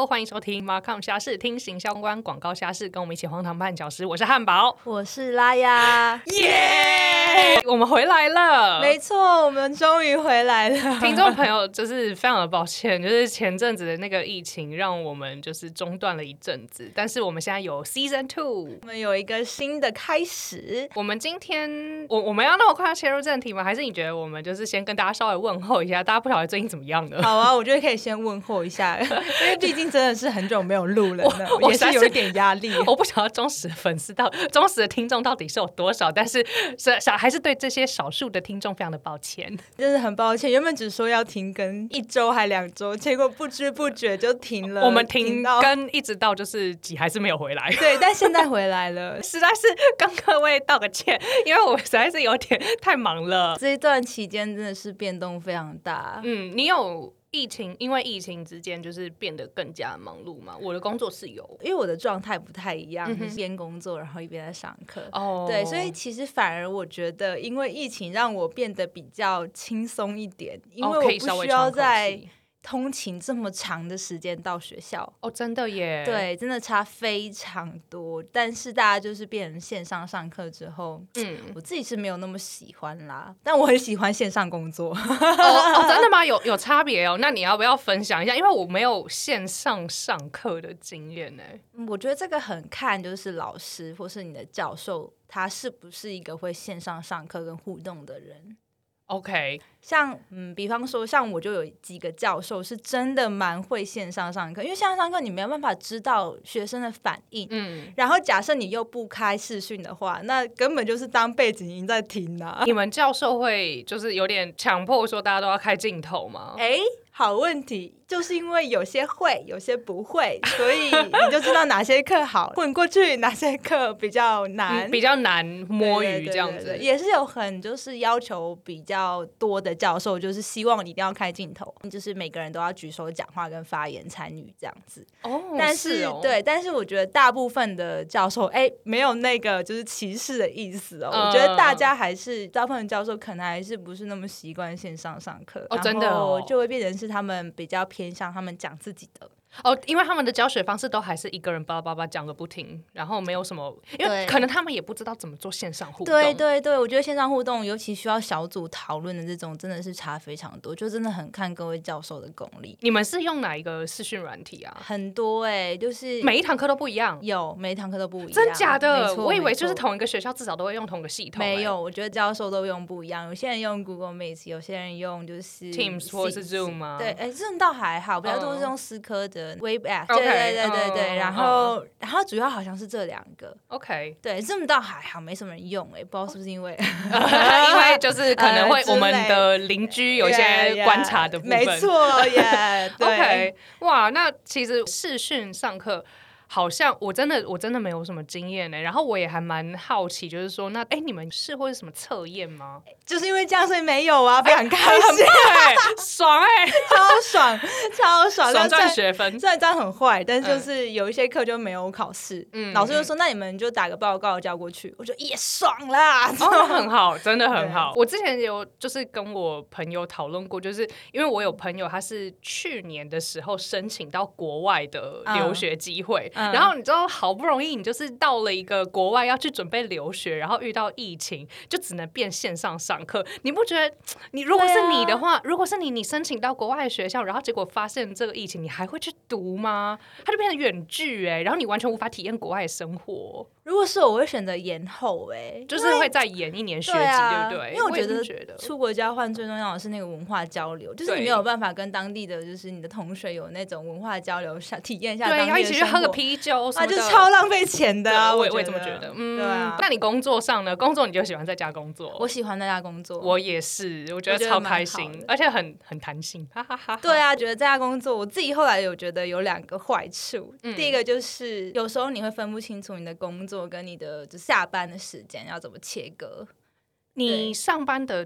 欢迎收听 Marcom 虾事，听行销关广告虾事，跟我们一起荒唐半小时。我是汉堡， 我是拉雅， 耶！我们回来了， 没错，我们终于回来了。 听众朋友，就是非常的抱歉，就是前阵子的那个疫情让我们就是中断了一阵子，但是我们现在有 Season 2， 我们有一个新的开始。 我们今天我们要那么快要切入正题吗？还是你觉得我们就是先跟大家稍微问候一下，大家不晓得最近怎么样呢？ 好啊，我觉得可以先问候一下，因为毕竟真的是很久没有录了呢， 我也是有一点压力。 我不晓得忠实的粉丝忠实的听众到底是有多少，但是还是对这些少数的听众非常的抱歉， 真的很抱歉。原本只说要停更1周还2周，结果不知不觉就停了。 我们停更一直到就是还是没有回来。 对，但现在回来了， 实在是跟各位道个歉，因为我实在是有点太忙了。 这一段期间真的是变动非常大。 你有因为疫情之间就是变得更加忙碌嘛？我的工作是有， 因为我的状态不太一样，一边工作然后一边在上课。 哦， 对，所以其实反而我觉得，因为疫情让我变得比较轻松一点，因为我不需要在通勤这么长的时间到学校。 哦，真的耶， 对，真的差非常多。但是大家就是变成线上上课之后，我自己是没有那么喜欢啦，但我很喜欢线上工作。 哦，真的吗？有差别哦？那你要不要分享一下？因为我没有线上上课的经验呢。 我觉得这个很看就是老师或是你的教授，他是不是一个会线上上课跟互动的人。 OK， 像比方说像我就有几个教授是真的蛮会线上上课，因为线上上课你没有办法知道学生的反应，然后假设你又不开视讯的话，那根本就是当背景音在听啊。 你们教授会就是有点强迫说大家都要开镜头吗？ 好问题，就是因为有些会有些不会，所以你就知道哪些课好混过去，哪些课比较难， 比较难摸鱼这样子。 对，也是有很就是要求比较多的教授，就是希望你一定要开镜头，就是每个人都要举手讲话跟发言参与这样子。但是对，但是我觉得大部分的教授没有那个就是歧视的意思哦。我觉得大家还是大部分的教授可能还是不是那么习惯线上上课真的就会变成是他们比较偏向他们讲自己的因为他们的教学方式都还是一个人叭叭叭讲个不停，然后没有什么，因为可能他们也不知道怎么做线上互动。 对，我觉得线上互动尤其需要小组讨论的这种真的是差非常多，就真的很看各位教授的功力。 你们是用哪一个视讯软体啊？ 很多就是每一堂课都不一样。 有每一堂课都不一样。 真假的？我以为就是同一个学校至少都会用同一个系统。 没有，我觉得教授都用不一样，有些人用 Google Meet， 有些人用就是 Teams 或是 Zoom 吗？ 对，Zoom 倒还好，比较多是用思科的 Webex。对，然后主要好像是这2个。 OK， 对，Zoom 倒还好，没什么人用不知道是不是因为因为就是可能会我们的邻居有一些观察的部分。 没错耶。 OK， 哇，那其实视讯上课。好像我真的没有什么经验呢，然后我也还蛮好奇，就是说，那你们试或是什么测验吗？ 就是因为这样所以没有啊，非常开心， 爽超爽， 爽赚学分。 虽然这样很坏，但是就是有一些课就没有考试，老师就说那你们就打个报告交过去，我就也爽啦。 很好，真的很好。我之前有就是跟我朋友讨论过，就是因为我有朋友他是去年的时候申请到国外的留学机会。然后你知道好不容易你就是到了一个国外要去准备留学，然后遇到疫情就只能变线上上课。你不觉得你如果是你的话，如果是你申请到国外的学校，然后结果发现这个疫情，你还会去读吗？它就变成远距然后你完全无法体验国外的生活。 如果是我会选择延后就是会再延1年学籍，对不对？ 因为我觉得出国交换最重要的是那个文化交流，就是你没有办法跟当地的就是你的同学有那种文化交流，体验一下当地的生活， 对，要一起去喝个啤酒什么的， 就超浪费钱的啊！ 我也这么觉得。对啊。那你工作上呢？工作你就喜欢在家工作？ 我喜欢在家工作， 我也是，我觉得超开心，而且很弹性，哈哈哈。 对啊，觉得在家工作，我自己后来有觉得有2个坏处。第一个就是有时候你会分不清楚你的工作跟你的下班的时间要怎么切割。 你上班的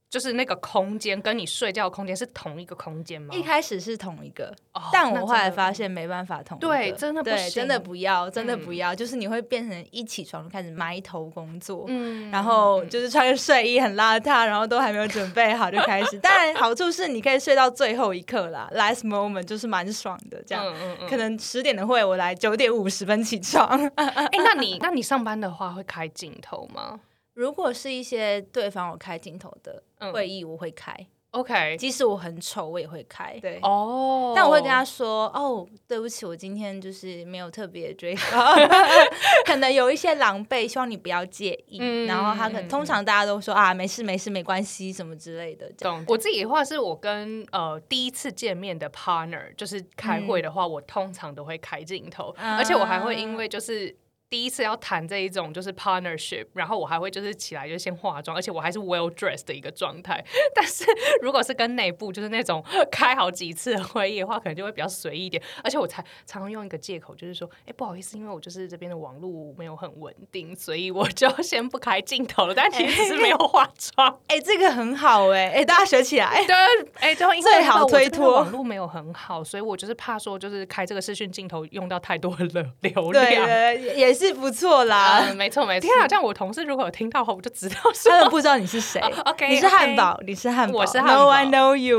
就是那个空间跟你睡觉的空间是同一个空间吗？ 一开始是同一个，但我后来发现没办法同一个， 对，真的不行， 真的不要，真的不要，就是你会变成一起床就开始埋头工作，然后就是穿着睡衣很邋遢，然后都还没有准备好就开始。当然好处是你可以睡到最后一刻啦，last moment 就是蛮爽的这样。可能10点的会我来9点50分起床。 那你上班的话会开镜头吗？ 如果是一些对方有开镜头的会议，我会开。 OK， 即使我很丑，我也会开。对哦，但我会跟他说：“哦，对不起，我今天就是没有特别追高，可能有一些狼狈，希望你不要介意。”然后他可能通常大家都说啊，没事没事，没关系什么之类的。 我自己的话是我跟第一次见面的 partner 就是开会的话，我通常都会开镜头，而且我还会因为就是第一次要谈这一种就是 partnership， 然后我还会就是起来就先化妆，而且我还是 well dressed 的一个状态。但是如果是跟内部就是那种开好几次的会议的话，可能就会比较随意一点。而且我常常用一个借口，就是说，不好意思，因为我就是这边的网络没有很稳定，所以我就先不开镜头了。但其实是没有化妆。 这个很好大家学起来。 对，就因为最好推脱网络没有很好，所以我就是怕说就是开这个视讯镜头用到太多的流量。 对，也是不错啦。 没错。天啊，这样我同事如果有听到的话，我就知道他们不知道你是谁。 OK， 你是汉堡，你是汉堡， 我是汉堡。 No one know you 。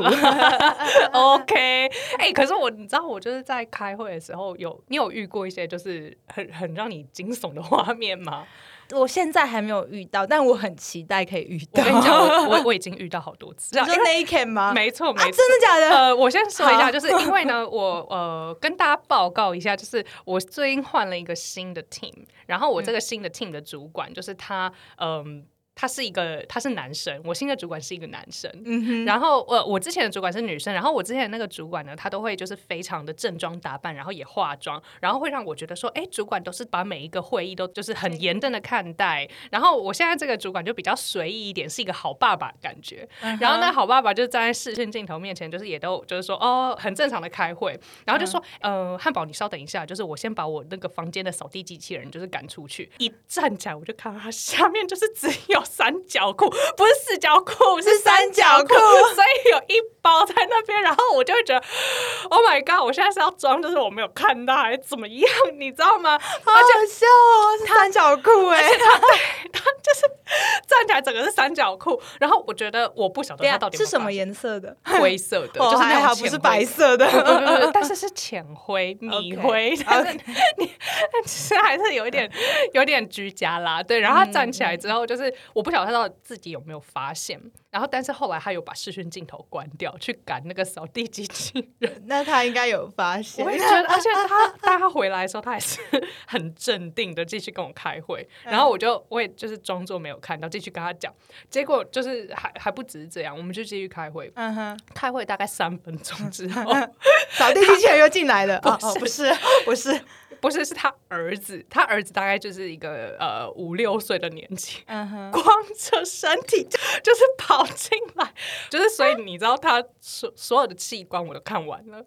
OK， 可是你知道我就是在开会的时候你有遇过一些就是很让你惊悚的画面吗？ 我现在还没有遇到，但我很期待可以遇到。 我跟你讲，我已经遇到好多次。 你说 naked 吗？ 没错。 真的假的？ 我先说一下，就是因为呢，我跟大家报告一下，就是我最近换了一个新的 team， 然后我这个新的 team 的主管就是他是男生，我新的主管是一个男生，然后我之前的主管是女生，然后我之前的那个主管呢，他都会就是非常的正装打扮，然后也化妆，然后会让我觉得说，主管都是把每一个会议都就是很严正的看待，然后我现在这个主管就比较随意一点，是一个好爸爸的感觉，然后呢，好爸爸就站在视讯镜头面前，就是也都就是说很正常的开会，然后就说汉堡你稍等一下，就是我先把我那个房间的扫地机器人就是赶出去，一站起来我就看到他下面就是只有三角裤，不是四角裤，是三角裤，所以有一包在那边，然后我就会觉得 Oh my god， 我现在是要装就是我没有看到还是怎么样，你知道吗？ 好好笑哦，是三角裤他就是站起来整个是三角裤，然后我觉得我不晓得他到底是什么颜色的， 灰色的，就是还好不是白色的， 对，但是浅灰、米灰，但是其实还是有点居家啦，对。然后他站起来之后，就是我不晓得他到底自己有没有发现，然后但是后来他有把视讯镜头关掉，去赶那个扫地机器人。 那他应该有发现， 我也觉得，而且他回来的时候，他还是很镇定的继续跟我开会，然后我也就是装作没有看到，继续跟他讲。结果就是还不只是这样，我们就继续开会。开会大概3分钟之后， 扫地机器人又进来了。 不是，是他儿子大概就是一个5、6岁的年纪，光着身体就是跑进来，就是所以你知道他所有的器官我都看完了，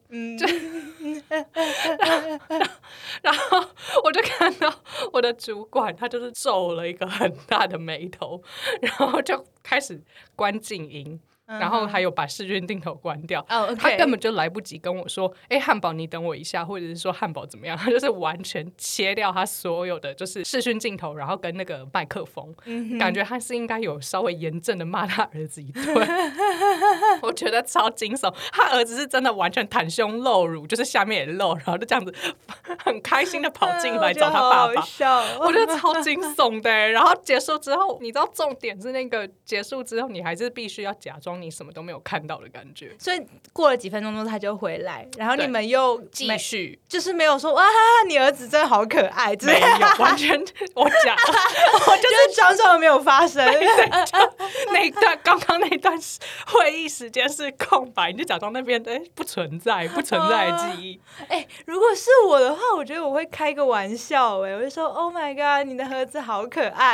然后我就看到我的主管他就是皱了一个很大的眉头，然后就开始关静音。然后还有把视讯镜头关掉，他根本就来不及跟我说汉堡你等我一下，或者是说汉堡怎么样，他就是完全切掉他所有的就是视讯镜头，然后跟那个麦克风，感觉他是应该有稍微严正的骂他儿子一顿。我觉得超惊悚，他儿子是真的完全袒胸露乳，就是下面也露，然后就这样子很开心的跑进来找他爸爸，我觉得超惊悚的。然后结束之后，你知道重点是那个结束之后你还是必须要假装你什么都没有看到的感觉， 所以过了几分钟之后他就回来，然后你们又继续， 就是没有说哇你儿子真的好可爱， 没有，完全我讲我就是装作没有发生。 那一段刚刚那一段会议时间是空白，你就假装那边不存在的记忆。 如果是我的话，我觉得我会开个玩笑，我会说 Oh my god 你的儿子好可爱，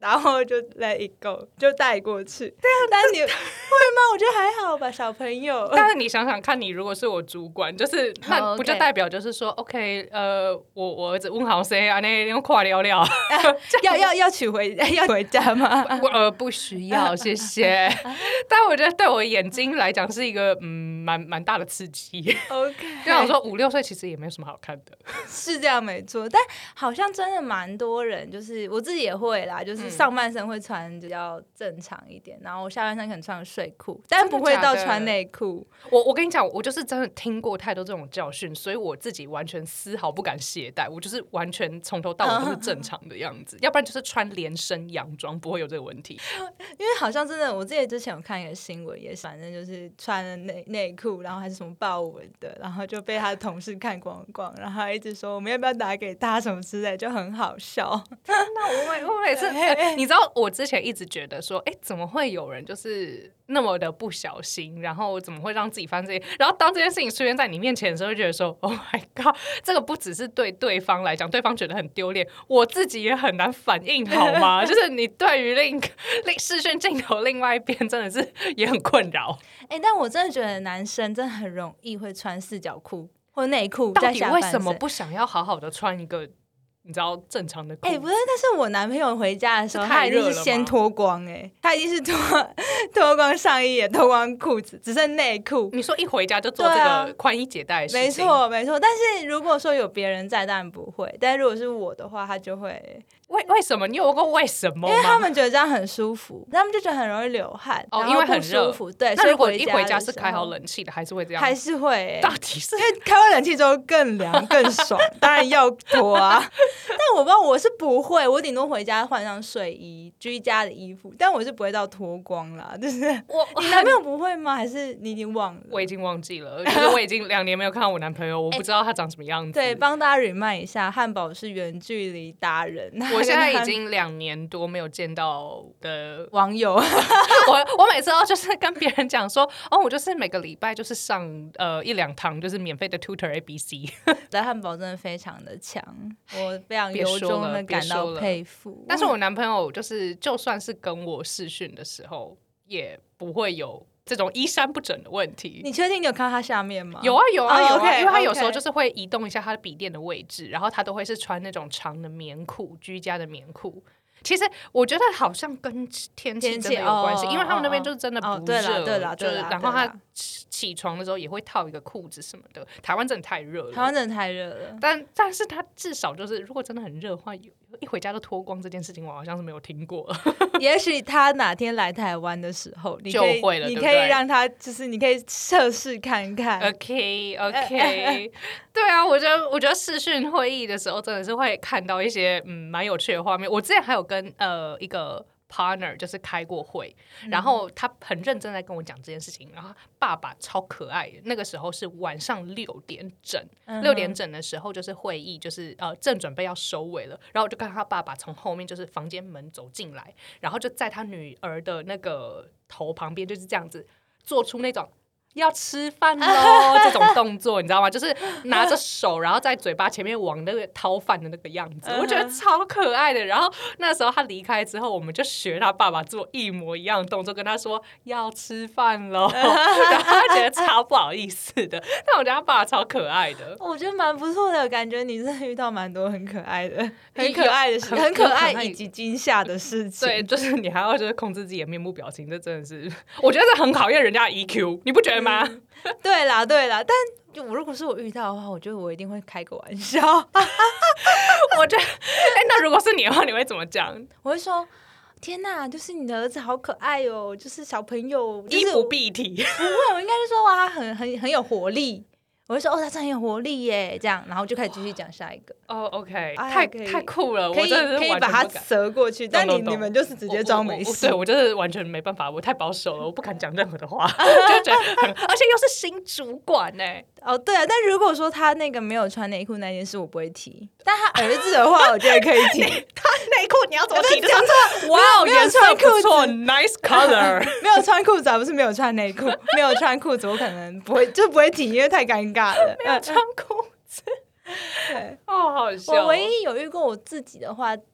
然后就 let it go 就带过去。但你会吗？我觉得还好吧，小朋友。 但是你想想看，你如果是我主管，就是那不就代表就是说 OK 我儿子问好谁啊，那用跨聊聊要取回要回家吗？ 不需要谢谢。但我觉得对我眼睛来讲是一个蛮大的刺激。 OK 就想说5、6岁其实也没有什么好看的。 是这样没错，但好像真的蛮多人，就是我自己也会啦，就是上半身会穿比较正常一点，然后下半身可能穿个睡裤，但不会到穿内裤。 我跟你讲，我就是真的听过太多这种教训，所以我自己完全丝毫不敢懈怠，我就是完全从头到尾都是正常的样子，要不然就是穿连身洋装不会有这个问题。 因为好像真的，我记得之前有看一个新闻，也反正就是穿了内裤，然后还是什么豹纹的，然后就被他的同事看光光，然后他一直说我们要不要打给他什么之类，就很好笑。 那我每次你知道我之前一直觉得说怎么会有人就是那么的不小心，然后怎么会让自己发生这些，然后当这件事情出现在你面前的时候，就觉得说 Oh my god， 这个不只是对对方来讲，对方觉得很丢脸，我自己也很难反应好吗？就是你对于视讯镜头另外一边真的是也很困扰。 但我真的觉得男生真的很容易会穿四角裤或内裤， 到底为什么不想要好好的穿一个你知道正常的裤子？ 不是，但是我男朋友回家的时候，他一定是先脱光他一定是脱光上衣也脱光裤子，只剩内裤。 你说一回家就做这个宽衣解带的事情？ 没错没错。但是如果说有别人在，当然不会。但如果是我的话，他就会。 为什么？你有过为什么吗？ 因为他们觉得这样很舒服，他们就觉得很容易流汗， 因为很舒服。对， 那如果一回家是开好冷气的，还是会这样？ 还是会。 到底是因为开完冷气之后更凉更爽，当然要脱啊。但我不知道，我是不会，我顶多回家换上睡衣、居家的衣服，但我是不会到脱光啦。就是你男朋友不会吗？还是你已经忘了？ 我已经忘记了，就是我已经2年没有看到我男朋友，我不知道他长什么样子。 对，帮大家 remind 一下，汉堡是远距离达人。 我现在已经2年多没有见到的网友。 我每次都就是跟别人讲说，我就是每个礼拜就是上1-2堂就是免费的 tutor ABC。 在汉堡真的非常的强，我非常由衷的感到佩服。 但是我男朋友就是就算是跟我视讯的时候，也不会有这种衣衫不整的问题。 你确定你有看到他下面吗？ 有啊有啊有啊， okay, 因为他有时候就是会移动一下他的笔电的位置，然后他都会是穿那种长的棉裤，居家的棉裤。其实我觉得好像跟天气真的有关系，因为他们那边就是真的不热， 对啦， 然后他起床的时候也会套一个裤子什么的。台湾真的太热了， 台湾真的太热了。 但是他至少就是，如果真的很热的话，一回家就脱光这件事情，我好像是没有听过。 也许他哪天来台湾的时候， 就会了， 你可以让他，就是你可以测试看看。 OK， 对啊，我觉得视讯会议的时候真的是会看到一些蛮有趣的画面。我之前还有跟一个partner 就是开过会，然后他很认真在跟我讲这件事情，然后爸爸超可爱的，那个时候是晚上6点整，6点整的时候就是会议就是正准备要收尾了，然后我就看到他爸爸从后面就是房间门走进来，然后就在他女儿的那个头旁边就是这样子做出那种要吃饭咯这种动作，你知道吗？就是拿着手，然后在嘴巴前面往那个掏饭的那个样子，我觉得超可爱的。然后那时候他离开之后，我们就学他爸爸做一模一样的动作，跟他说要吃饭咯然后他觉得超不好意思的，但我觉得他爸爸超可爱的。 我觉得蛮不错的，感觉你真的遇到蛮多很可爱的、很可爱的事，很可爱以及惊吓的事情。 对，就是你还要就是控制自己的面部表情，这真的是我觉得这很考验人家的 EQ， 你不觉得吗？ 对啦，但如果是我遇到的话，我觉得我一定会开个玩笑。 我觉得，那如果是你的话，你会怎么讲？ 我会说：天哪，就是你的儿子好可爱哦，就是小朋友，就是、 衣不蔽体。 不会，我应该是说哇，他很有活力。我会说他真的很有活力耶，这样，然后就开始继续讲下一个。 OK， 太酷了， 可以把它折过去，但你们就是直接装没事。 对，我就是完全没办法，我太保守了，我不敢讲任何的话，就觉得而且又是新主管呢。 对啊，但如果说他那个没有穿内裤那件事，我不会提。但他儿子的话，我觉得可以提。 他内裤你要怎么提？ 讲错，哇， 没有穿裤子 ，nice color， 没有穿裤子，而不是没有穿内裤，没有穿裤子，我可能不会提，因为太尴尬了。 没有穿裤子，对，好笑。 我唯一有遇过我自己的话，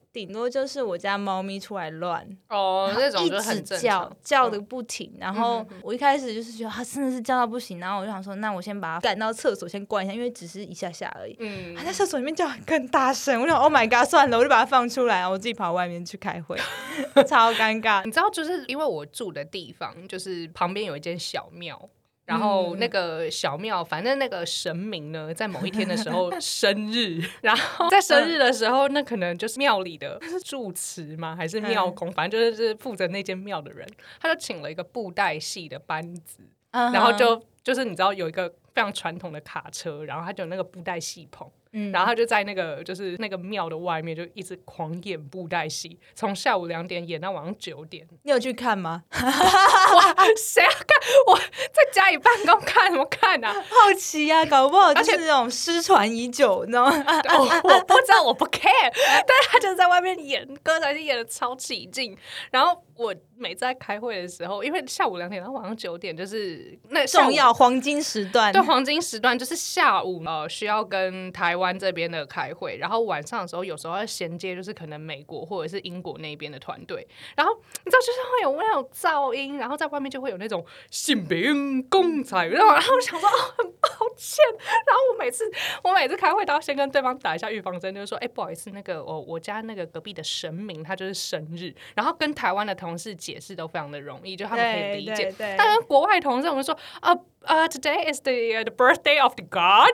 顶多就是我家猫咪出来乱那种就很正常， 叫的不停。然后我一开始就是觉得它真的是叫到不行，然后我就想说，那我先把它赶到厕所先关一下，因为只是一下下而已。它在厕所里面叫更大声，我想 Oh my god， 算了，我就把它放出来，我自己跑外面去开会，超尴尬。 你知道，就是因为我住的地方就是旁边有一间小庙。然后那个小庙，反正那个神明呢，在某一天的时候生日，然后在生日的时候，那可能就是庙里的住持吗？还是庙公？反正就是负责那间庙的人，他就请了一个布袋戏的班子，然后就是你知道有一个非常传统的卡车，然后他就有那个布袋戏棚。然后他就在那个就是那个庙的外面就一直狂演布袋戏，从下午2点演到晚上9点。 你有去看吗？ 哇，谁要看？我在家里办公看什么看啊？ 好奇啊，搞不好就是那种失传已久，你知道吗？ 我不知道，我不 care。但是他就在外面演，歌仔戏演的超起劲。然后我每次在开会的时候，因为下午2点到晚上9点就是那重要黄金时段， 对，黄金时段就是下午需要跟台湾这边的开会，然后晚上的时候有时候要衔接就是可能美国或者是英国那边的团队，然后你知道就是会有那种噪音，然后在外面就会有那种性别公仔，然后我想说很抱歉，然后我每次开会都要先跟对方打一下预防针，就是说不好意思，那个我家那个隔壁的神明他就是生日，然后跟台湾的同事解释都非常的容易，就他们可以理解，但跟国外同事我们说today is the birthday of the god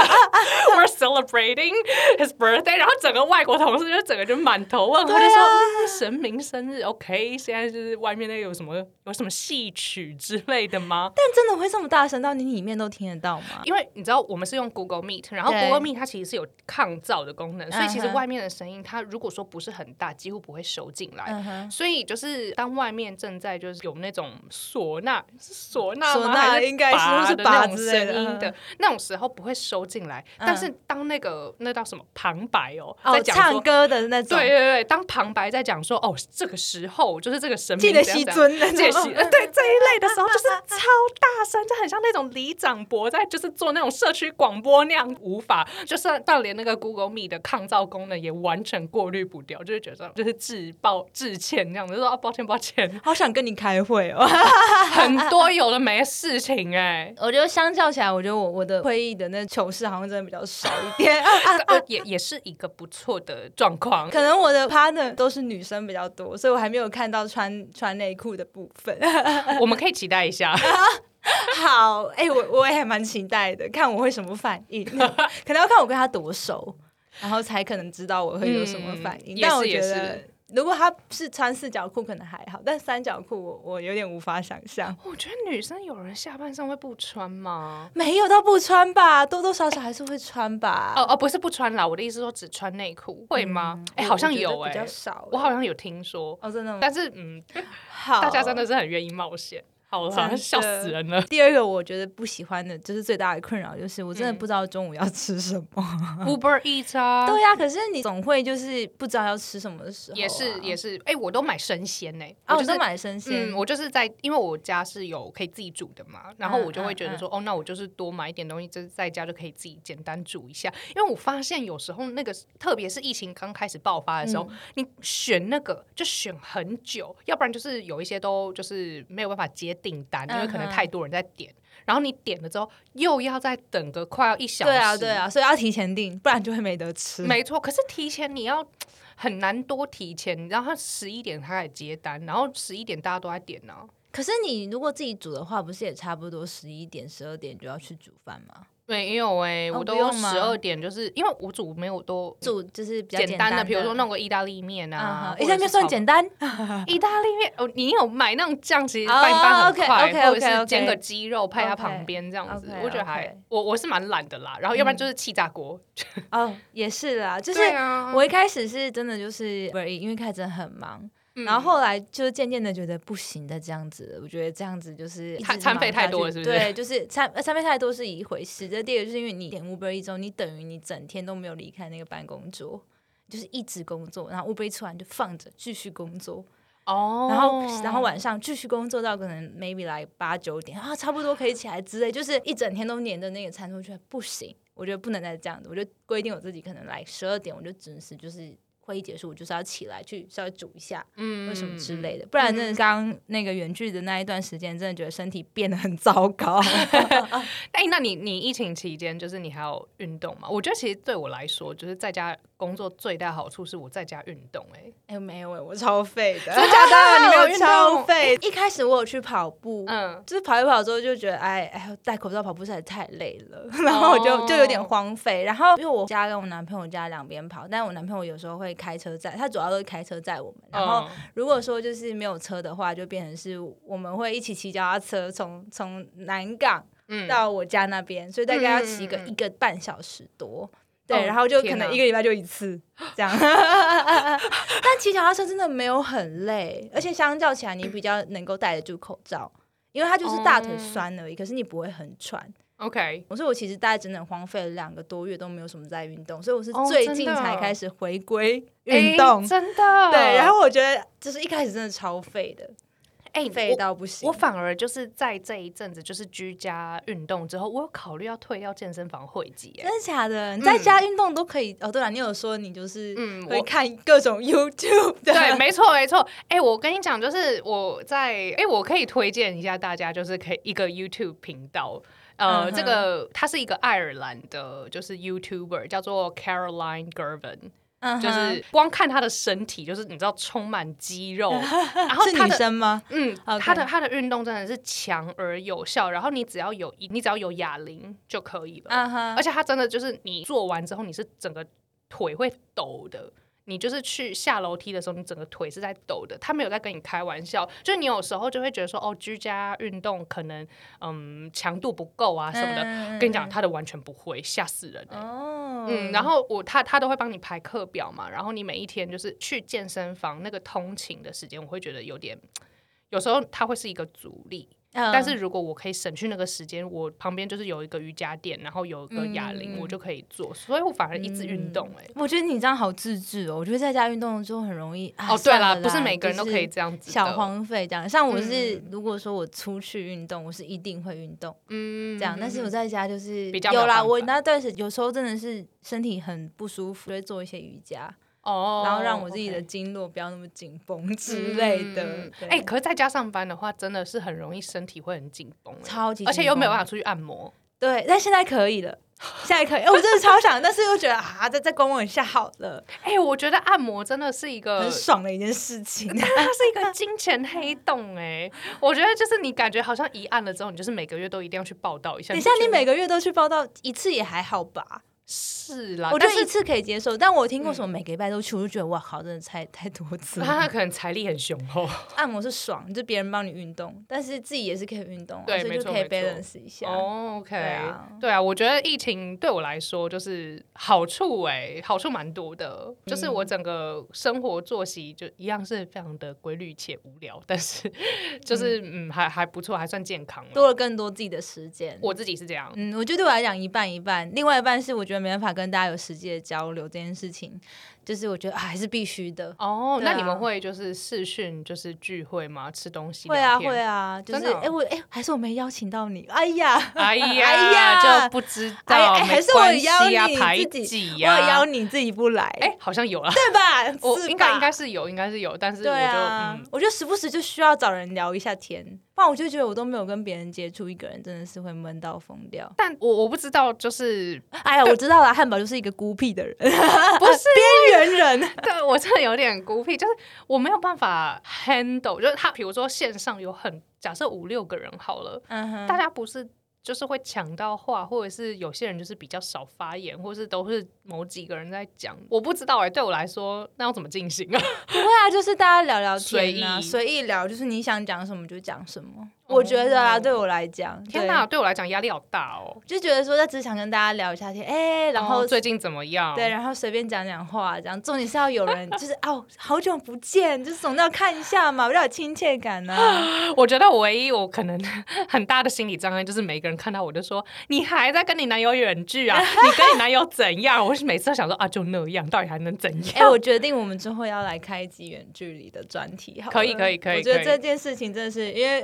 we're celebrating his birthday， 然后整个外国同事就整个就满头问号，就说神明生日 OK， 现在就是外面那个有什么戏曲之类的吗？ 但真的会这么大声到你里面都听得到吗？ 因为你知道我们是用 Google Meet， 然后 Google Meet 它其实是有抗噪的功能，所以其实外面的声音它如果说不是很大几乎不会收进来，所以就是当外面正在就是有那种唢呐吗？还是应该是那种声音的那种时候不会收进来，但是当那叫什么旁白在讲唱歌的那种， 对，当旁白在讲说这个时候就是这个神明记得西尊的对这一类的时候就是超大声，就很像那种里长伯在就是做那种社区广播那样，无法就是到连那个 Google Meet 的抗噪功能也完全过滤不掉，就是觉得就是致歉这样子，就说抱歉， 好想跟你开会哦， 很多有的没事情我觉得相较起来，我觉得我的会议的那糗事好像真的比较少一点也是一个不错的状况。 可能我的 partner 都是女生比较多，所以我还没有看到穿内裤的部分我们可以期待一下好，我也还蛮期待的，看我会什么反应可能要看我跟他多熟，然后才可能知道我会有什么反应，但我觉得如果他是穿4角裤可能还好，但3角裤我有点无法想象。 我觉得女生有人下半身会不穿吗？ 没有到不穿吧，多多少少还是会穿吧。 不是不穿啦，我的意思说只穿内裤会吗？好像有比较少我好像有听说真的吗？ 但是大家真的是很愿意冒险。好像笑死人了。 第二个我觉得不喜欢的就是最大的困扰，就是我真的不知道中午要吃什么。 Uber Eats 啊， 对啊，可是你总会就是不知道要吃什么的时候， 也是，我都买生鲜我都买生鲜。 我就是因为我家是有可以自己煮的嘛，然后我就会觉得说，那我就是多买一点东西，就是在家就可以自己简单煮一下。因为我发现有时候那个，特别是疫情刚开始爆发的时候，你选那个就选很久，要不然就是有一些都就是没有办法接订单，因为可能太多人在点，然后你点了之后又要再等个快要1小时。 对啊，所以要提前订，不然就会没得吃。 没错，可是提前你要很难多提前，你知道他11点他开始接单，然后11点大家都在点啊。 可是你如果自己煮的话，不是也差不多11点12点就要去煮饭吗？ 没有我都12点，就是因为我煮没有都煮就是比较简单的，比如说弄个意大利面啊， 意大利面算简单。 意大利面你有买那种酱，其实拌一拌很快，或者是煎个鸡肉配在旁边这样子，我觉得还我是蛮懒的啦。然后要不然就是气炸锅。 也是啦，就是我一开始是真的就是因为开始真的很忙。然后后来就渐渐的觉得不行的这样子，我觉得这样子就是餐费太多了，是不是？ 对，就是餐费太多是一回事。这第二个就是因为你点 Uber Eats之后，你等于你整天都没有离开那个办公桌，就是一直工作，然后 Uber Eats 出完就放着继续工作。然后晚上继续工作到可能 maybe 来8、9点差不多可以起来之类，就是一整天都黏着那个餐桌，觉得不行，我觉得不能再这样子，我就规定我自己可能来12点我就准时就是会议结束，我就是要起来去稍微煮一下，或什么之类的，不然真的刚刚那个远距的那一段时间，真的觉得身体变得很糟糕。 那你疫情期间就是你还有运动吗？我觉得其实对我来说，就是在家工作最大好处是我在家运动。 没有我超废的， 真的假的？你没有运动？ 超废。一开始我有去跑步，就是跑一跑之后就觉得戴口罩跑步实在太累了，然后我就有点荒废。然后因为我家跟我男朋友家两边跑，但我男朋友有时候会开车载，他主要都是开车载我们。然后如果说就是没有车的话，就变成是我们会一起骑脚踏车从南港到我家那边，所以大概要骑1个半小时多。对，然后就可能1个礼拜就一次这样。但骑脚踏车真的没有很累，而且相较起来你比较能够戴得住口罩，因为它就是大腿酸而已，可是你不会很喘。 OK， 所以我其实大概整整荒废了2个多月都没有什么在运动，所以我是最近才开始回归运动。 真的。 对，然后我觉得就是一开始真的超废的。废到不行。 我反而就是在这一阵子就是居家运动之后，我有考虑要退掉健身房会籍。 真的假的？你在家运动都可以？对了，你有说你就是会看各种 YouTube 的。 对，没错。我跟你讲，就是我可以推荐一下大家，就是可以一个 YouTube 频道。这个他是一个爱尔兰的，就是 YouTuber 叫做 Caroline Girvan。就是光看她的身体，就是你知道充满肌肉，然后是女生吗？ 她的运动真的是强而有效，然后你只要有哑铃就可以了，而且她真的就是你做完之后，你是整个腿会抖的。你就是去下楼梯的时候，你整个腿是在抖的，他没有在跟你开玩笑。就是你有时候就会觉得说，居家运动可能强度不够啊什么的。跟你讲，他的完全不会，吓死人。然后他都会帮你排课表嘛，然后你每一天就是去健身房那个通勤的时间，我会觉得有时候它会是一个阻力。但是如果我可以省去那个时间，我旁边就是有一个瑜伽垫，然后有一个哑铃，我就可以做，所以我反而一直运动。 我觉得你这样好自制哦。我觉得在家运动就很容易对啦，不是每个人都可以这样子的， 小荒废这样。像我是如果说我出去运动，我是一定会运动，这样。但是我在家就是比较有啦，我那段时间有时候真的是身体很不舒服，就会做一些瑜伽。然后让我自己的经络不要那么紧绷之类的。 可是在家上班的话，真的是很容易身体会很紧绷， 超级紧绷， 而且又没有办法出去按摩。 对，但现在可以了。现在可以，我真的超想，但是又觉得再观望一下好了。 我觉得按摩真的是一个很爽的一件事情， 它是一个金钱黑洞。我觉得就是你感觉好像一按了之后，你就是每个月都一定要去报道一下。 等一下，你每个月都去报道一次也还好吧？ 是啦， 我觉得一次可以接受，但我听过什么每个礼拜都去，我就觉得哇靠，真的太多次了。 他可能财力很雄厚。 按摩是爽，就别人帮你运动，但是自己也是可以运动， 对， 所以就可以 balance 一下。 OK，对啊，我觉得疫情对我来说就是好处好处蛮多的，就是我整个生活作息就一样是非常的规律且无聊，但是就是还不错，还算健康了， 多了更多自己的时间。 我自己是这样， 我觉得对我来讲一半一半，另外一半是我觉得没办法跟大家有实际的交流这件事情，就是我觉得还是必须的。 那你们会就是视讯就是聚会吗？吃东西会啊，就是还是我没邀请到你，哎呀， 就不知道， 还是我邀你排挤呀， 我邀你自己不来， 好像有了， 对吧？ 我应该是有，但是我觉得时不时就需要找人聊一下天，不然我就觉得我都没有跟别人接触，一个人真的是会闷到疯掉。 但我不知道，就是我知道了，汉堡就是一个孤僻的人，不是边缘人。 对，我真的有点孤僻，就是我没有办法 handle， 就是他比如说线上有假设5-6个人好了，大家不是就是会抢到话，或者是有些人就是比较少发言，或者是都是某几个人在讲，我不知道对我来说那要怎么进行啊？ 不会啊，就是大家聊聊天啊，随意聊，就是你想讲什么就讲什么。我觉得啊，对我来讲， 天哪，对我来讲压力好大哦。 就觉得说，只想跟大家聊一下天，然后最近怎么样？ 对，然后随便讲讲话，这样。重点是要有人，就是好久不见，就是总要看一下嘛，比较有亲切感啊。 我觉得唯一我可能很大的心理障碍，就是每个人看到我就说，你还在跟你男友远距啊？你跟你男友怎样？我每次都想说就那样，到底还能怎样？ 我决定我们之后要来开一集远距离的专题，好了。 可以。 我觉得这件事情真的是因为汉堡。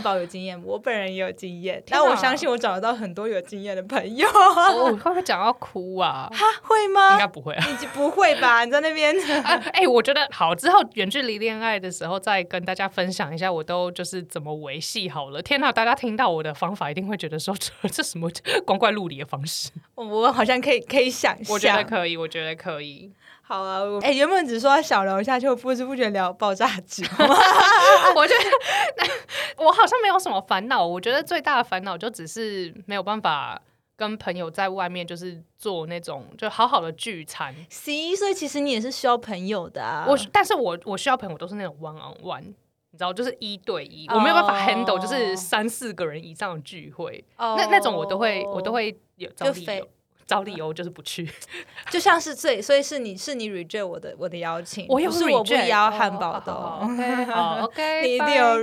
宝有经验，我本人也有经验，但我相信我找得到很多有经验的朋友。 我会不会讲到哭啊？ 哈，会吗？ 应该不会啊， 你不会吧？你在那边我觉得好，之后远距离恋爱的时候再跟大家分享一下，我都就是怎么维系好了。天哪，大家听到我的方法一定会觉得说这什么光怪陆离的方式。 我好像可以想象， 我觉得可以，我觉得可以。 好啊，原本只说要小聊一下，就不知不觉聊爆炸值。 我觉得我好像没有什么烦恼，我觉得最大的烦恼就只是没有办法跟朋友在外面就是做那种就好好的聚餐。 所以其实你也是需要朋友的啊。 但是我需要朋友都是那种 one on one， 你知道，就是1对1，我没有办法 handle 就是3-4个人以上的聚会。那种我都会有找理由就是不去， 就像是所以是你 reject 我的邀请， 我有 reject， 不是我不邀汉堡的。 OK， 你一定有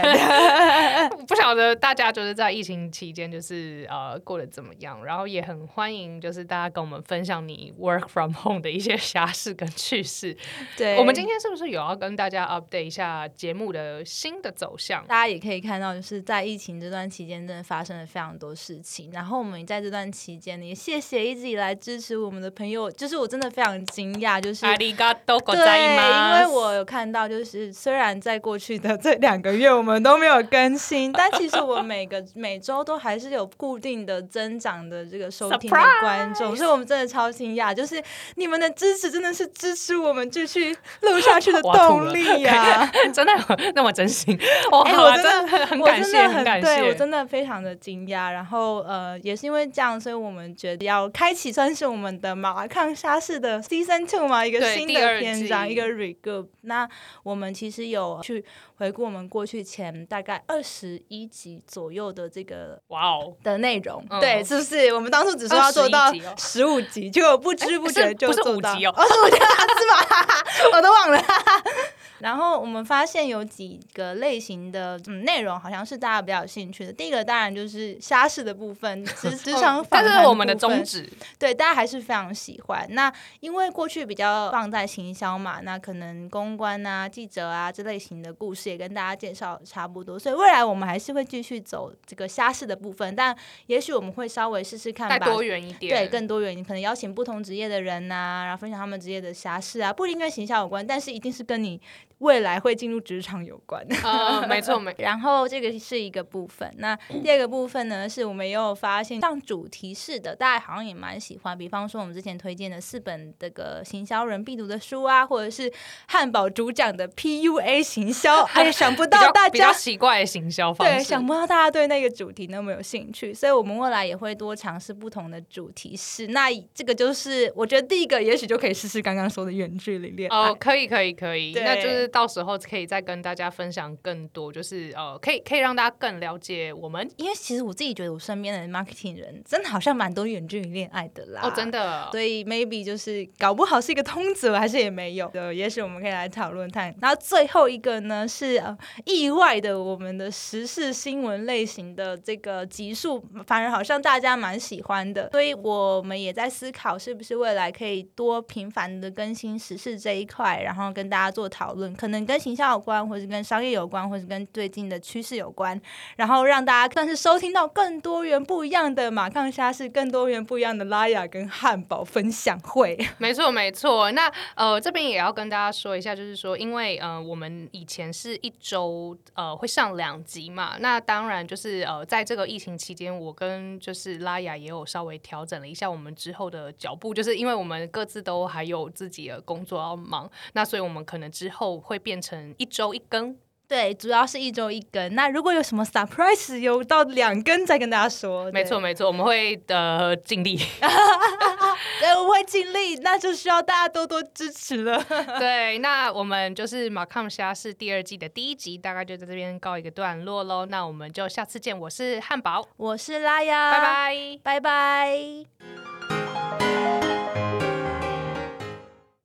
reject。 不晓得大家就是在疫情期间就是过得怎么样，然后也很欢迎就是大家跟我们分享你 work from home 的一些遐事跟趣事。 对， 我们今天是不是有要跟大家 update 一下节目的新的走向？ 大家也可以看到，就是在疫情这段期间真的发生了非常多事情，然后我们在这段期间呢，也谢谢一直以来支持我们的朋友，就是我真的非常惊讶，就是ありがとうございます。 对，因为我有看到，就是虽然在过去的这2个月我们都没有更新，但其实我每周都还是有固定的增长的这个收听的观众，所以我们真的超惊讶，就是你们的支持真的是支持我们继续录下去的动力呀、 真的那么真心，我真的很感谢，很感谢， 对，我真的非常的惊讶。然后也是因为这样，所以我们觉得要开启算是我们的马抗虾式的 Season 2嘛，一个新的篇章，一个 regroup。那我们其实有去回顾我们过去前大概21集左右的这个的内容，对，是不是？我们当初只说要做到15集，结果不知不觉就做到不是5集哦 ，5集是吗？我都忘了。然后我们发现有几个类型的内容好像是大家比较有兴趣的。第一个当然就是虾式的部分，职场访谈， 但是我们的宗旨， 对，大家还是非常喜欢。那因为过去比较放在行销嘛，那可能公关啊、记者啊这类型的故事也跟大家介绍差不多，所以未来我们还是会继续走这个虾式的部分，但也许我们会稍微试试看， 再多元一点， 对，更多元，你可能邀请不同职业的人啊，然后分享他们职业的虾事啊，不一定跟行销有关，但是一定是跟你未来会进入职场有关。 没错。 然后这个是一个部分，那第二个部分呢，是我们也有发现像主题式的，大家好像也蛮喜欢，比方说我们之前推荐的4本这个行销人必读的书啊，或者是汉堡主讲的 PUA 行销，想不到大家比较奇怪的行销方式， 对，想不到大家对那个主题那么有兴趣，所以我们未来也会多尝试不同的主题式。那这个就是我觉得第一个，也许就可以试试刚刚说的远距离恋爱。 可以，那就是到时候可以再跟大家分享更多，就是可以让大家更了解我们。 因为其实我自己觉得我身边的 marketing 人真的好像蛮多远距离恋爱的啦。 真的。 所以 maybe 就是搞不好是一个通则，还是也没有的，也许我们可以来讨论看。然后最后一个呢是意外的，我们的时事新闻类型的这个集数，反而好像大家蛮喜欢的，所以我们也在思考是不是未来可以多频繁的更新时事这一块，然后跟大家做讨论，可能跟行销有关，或是跟商业有关，或是跟最近的趋势有关，然后让大家算是收听到更多元不一样的马抗虾事，更多元不一样的拉雅跟汉堡分享会。 没错。那这边也要跟大家说一下，就是说因为我们以前是1周会上2集嘛，那当然就是在这个疫情期间，我跟就是拉雅也有稍微调整了一下我们之后的脚步，就是因为我们各自都还有自己的工作要忙，那所以我们可能之后会变成1周1更。 对，主要是1周1更。那如果有什么 surprise 有到2更再跟大家说。 没错，我们会尽力。 对，我会尽力，那就需要大家多多支持了。 对，那我们就是马抗虾是第2季的第1集，大概就在这边告一个段落咯。那我们就下次见，我是汉堡， 我是拉雅， 拜拜， 拜拜。